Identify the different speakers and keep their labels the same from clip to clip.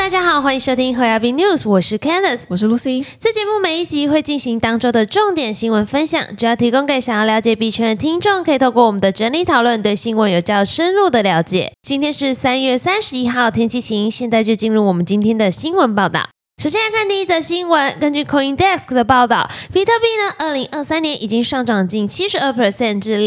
Speaker 1: 大家好，欢迎收听 Hoyabi News， 我是 Candice，
Speaker 2: 我是 Lucy。
Speaker 1: 这节目每一集会进行当周的重点新闻分享，主要提供给想要了解币圈的听众，可以透过我们的整理讨论，对新闻有较深入的了解。今天是3月31号，天气晴，现在就进入我们今天的新闻报道。首先来看第一则新闻，根据 CoinDesk 的报道，比特币呢2023年已经上涨近 72% 至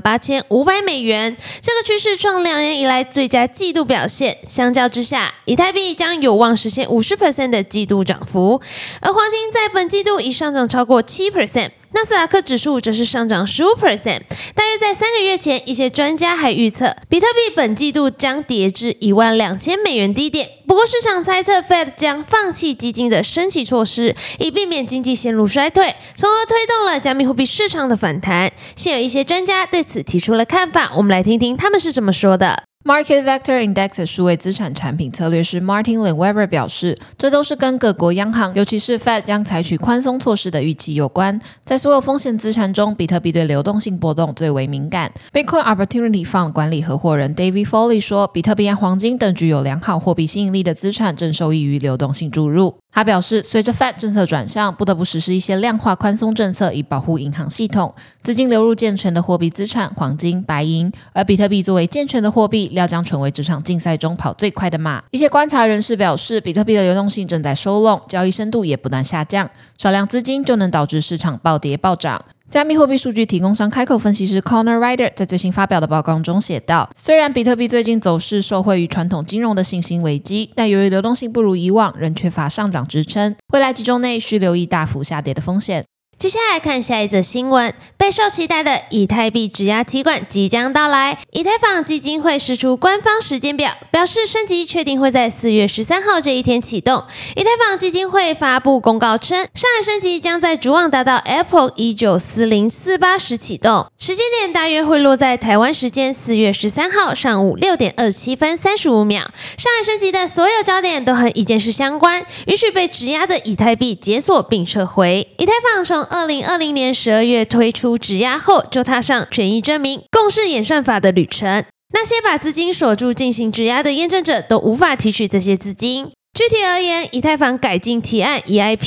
Speaker 1: 28,500 美元，这个趋势创2年以来最佳季度表现。相较之下，以太币将有望实现 50% 的季度涨幅，而黄金在本季度已上涨超过 7%。纳斯达克指数则是上涨 15%， 大约在3个月前，一些专家还预测比特币本季度将跌至12000美元低点。不过市场猜测 Fed 将放弃激进的升息措施，以避免经济陷入衰退，从而推动了加密货币市场的反弹。现有一些专家对此提出了看法，我们来听听他们是怎么说的。
Speaker 2: Market Vector Index 的数位资产产品策略师 Martin Lin-Weber 表示，这都是跟各国央行，尤其是 Fed 将采取宽松措施的预期有关。在所有风险资产中，比特币对流动性波动最为敏感。Bitcoin Opportunity Fund 管理合伙人 David Foley 说，比特币和黄金等具有良好货币吸引力的资产正受益于流动性注入。他表示，随着 Fed 政策转向，不得不实施一些量化宽松政策，以保护银行系统，资金流入健全的货币资产，黄金、白银，而比特币作为健全的货币，料将成为这场竞赛中跑最快的马。一些观察人士表示，比特币的流动性正在收拢，交易深度也不断下降，少量资金就能导致市场暴跌暴涨。加密货币数据提供商开口分析师 Connor Ryder 在最新发表的报告中写道，虽然比特币最近走势受惠于传统金融的信心危机，但由于流动性不如以往，仍缺乏上涨支撑，未来几周内需留意大幅下跌的风险。
Speaker 1: 接下来看下一则新闻，备受期待的以太币质押提款即将到来。以太坊基金会释出官方时间表，表示升级确定会在4月13号这一天启动。以太坊基金会发布公告称，上海升级将在主网达到 April 194048时启动，时间点大约会落在台湾时间4月13号上午6点27分35秒。上海升级的所有焦点都和一件事相关，允许被质押的以太币解锁并撤回。以太坊从2020年12月推出质押后，就踏上权益证明、共识演算法的旅程。那些把资金锁住进行质押的验证者都无法提取这些资金。具体而言，以太坊改进提案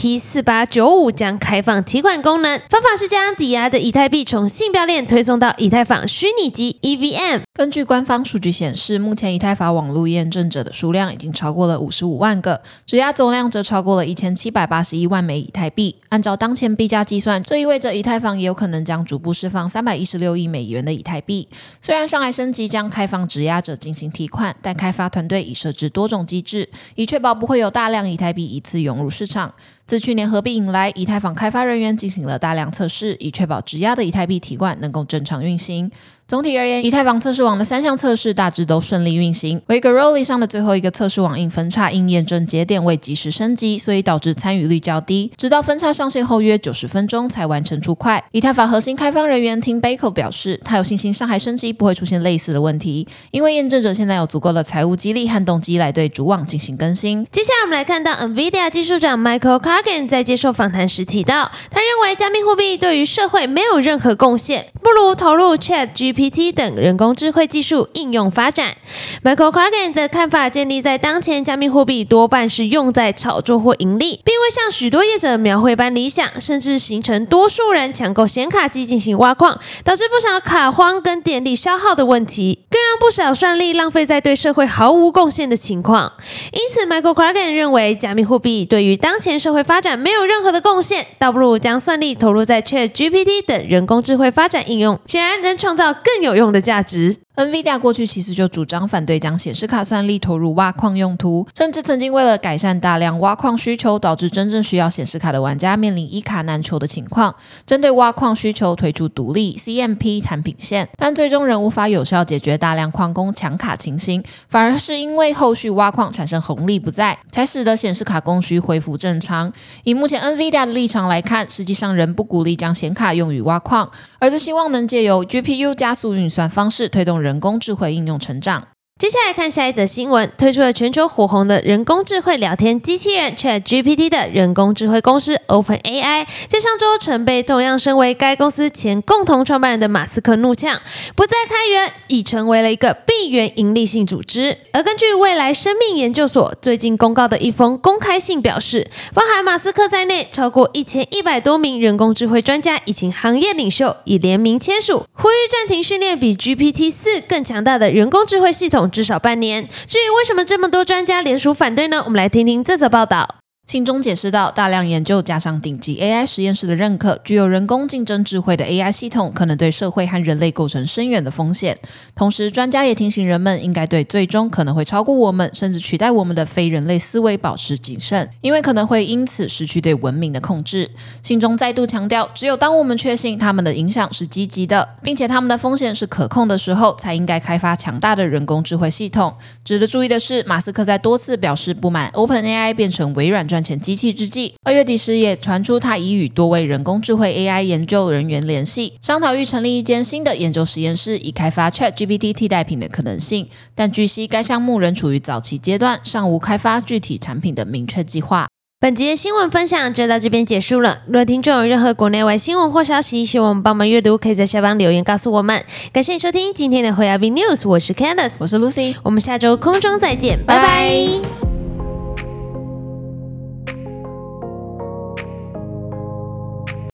Speaker 1: EIP4895 将开放提款功能，方法是将抵押的以太币从信标链推送到以太坊虚拟机 EVM。
Speaker 2: 根据官方数据显示，目前以太坊网络验证者的数量已经超过了55万个，质押总量则超过了1781万枚以太币。按照当前币价计算，这意味着以太坊也有可能将逐步释放316亿美元的以太币。虽然上海升级将开放质押者进行提款，但开发团队已设置多种机制，以确保不会有大量以太币一次涌入市场。自去年合并以来，以太坊开发人员进行了大量测试，以确保质押的以太币提款能够正常运行。总体而言，以太坊测试网的3项测试大致都顺利运行。唯 Garoli 上的最后一个测试网因分叉应验证节点未及时升级，所以导致参与率较低，直到分叉上线后约90分钟才完成出块。以太坊核心开发人员 Tim Bako 表示，他有信心上海升级不会出现类似的问题，因为验证者现在有足够的财务激励和动机来对主网进行更新。
Speaker 1: 接下来我们来看到 NVIDIA 技术长 Michael Kagan 在接受访谈时提到，他认为加密货币对于社会没有任何贡献，不如投入 ChatGPT 等人工智慧技术应用发展。Michael Kagan 的看法建立在当前加密货币多半是用在炒作或盈利，并未像许多业者描绘般理想，甚至形成多数人抢购显卡机进行挖矿，导致不少卡荒跟电力消耗的问题，更让不少算力浪费在对社会毫无贡献的情况。因此 Michael Kagan 认为加密货币对于当前社会发展没有任何的贡献，倒不如将算力投入在 ChatGPT 等人工智慧发展应用，显然能创造更有用的价值。
Speaker 2: NVIDIA 过去其实就主张反对将显示卡算力投入挖矿用途，甚至曾经为了改善大量挖矿需求，导致真正需要显示卡的玩家面临一卡难求的情况，针对挖矿需求推出独立 CMP 产品线，但最终仍无法有效解决大量矿工抢卡情形，反而是因为后续挖矿产生红利不在，才使得显示卡供需恢复正常。以目前 NVIDIA 的立场来看，实际上仍不鼓励将显卡用于挖矿，而是希望能借由 GPU 加速运算方式推动人工智慧应用成长。
Speaker 1: 接下来看下一则新闻，推出了全球火红的人工智慧聊天机器人 ChatGPT 的人工智慧公司 OpenAI， 在上周曾被同样身为该公司前共同创办人的马斯克怒呛，不再开源，已成为了一个闭源盈利性组织。而根据未来生命研究所最近公告的一封公开信表示，包含马斯克在内，超过1100多名人工智慧专家以及行业领袖已联名签署，呼吁暂停训练比 GPT-4 更强大的人工智慧系统至少半年。至于为什么这么多专家联署反对呢？我们来听听这则报道。
Speaker 2: 信中解释到，大量研究加上顶级 AI 实验室的认可，具有人工竞争智慧的 AI 系统可能对社会和人类构成深远的风险。同时，专家也提醒人们应该对最终可能会超过我们甚至取代我们的非人类思维保持谨慎，因为可能会因此失去对文明的控制。信中再度强调，只有当我们确信他们的影响是积极的，并且他们的风险是可控的时候，才应该开发强大的人工智慧系统。值得注意的是，马斯克在多次表示不满 OpenAI 变成微软赚钱机器之际，2月底时也传出他已与多位人工智慧 AI 研究人员联系，商讨欲成立一间新的研究实验室，以开发 ChatGPT 替代品的可能性。但据悉，该项目仍处于早期阶段，尚无开发具体产品的明确计划。
Speaker 1: 本集的新闻分享就到这边结束了。如果听众有任何国内外新闻或消息，希望我们帮忙阅读，可以在下方留言告诉我们。感谢你收听今天的会亚币 News， 我是 Candace，
Speaker 2: 我是 Lucy，
Speaker 1: 我们下周空中再见，拜拜。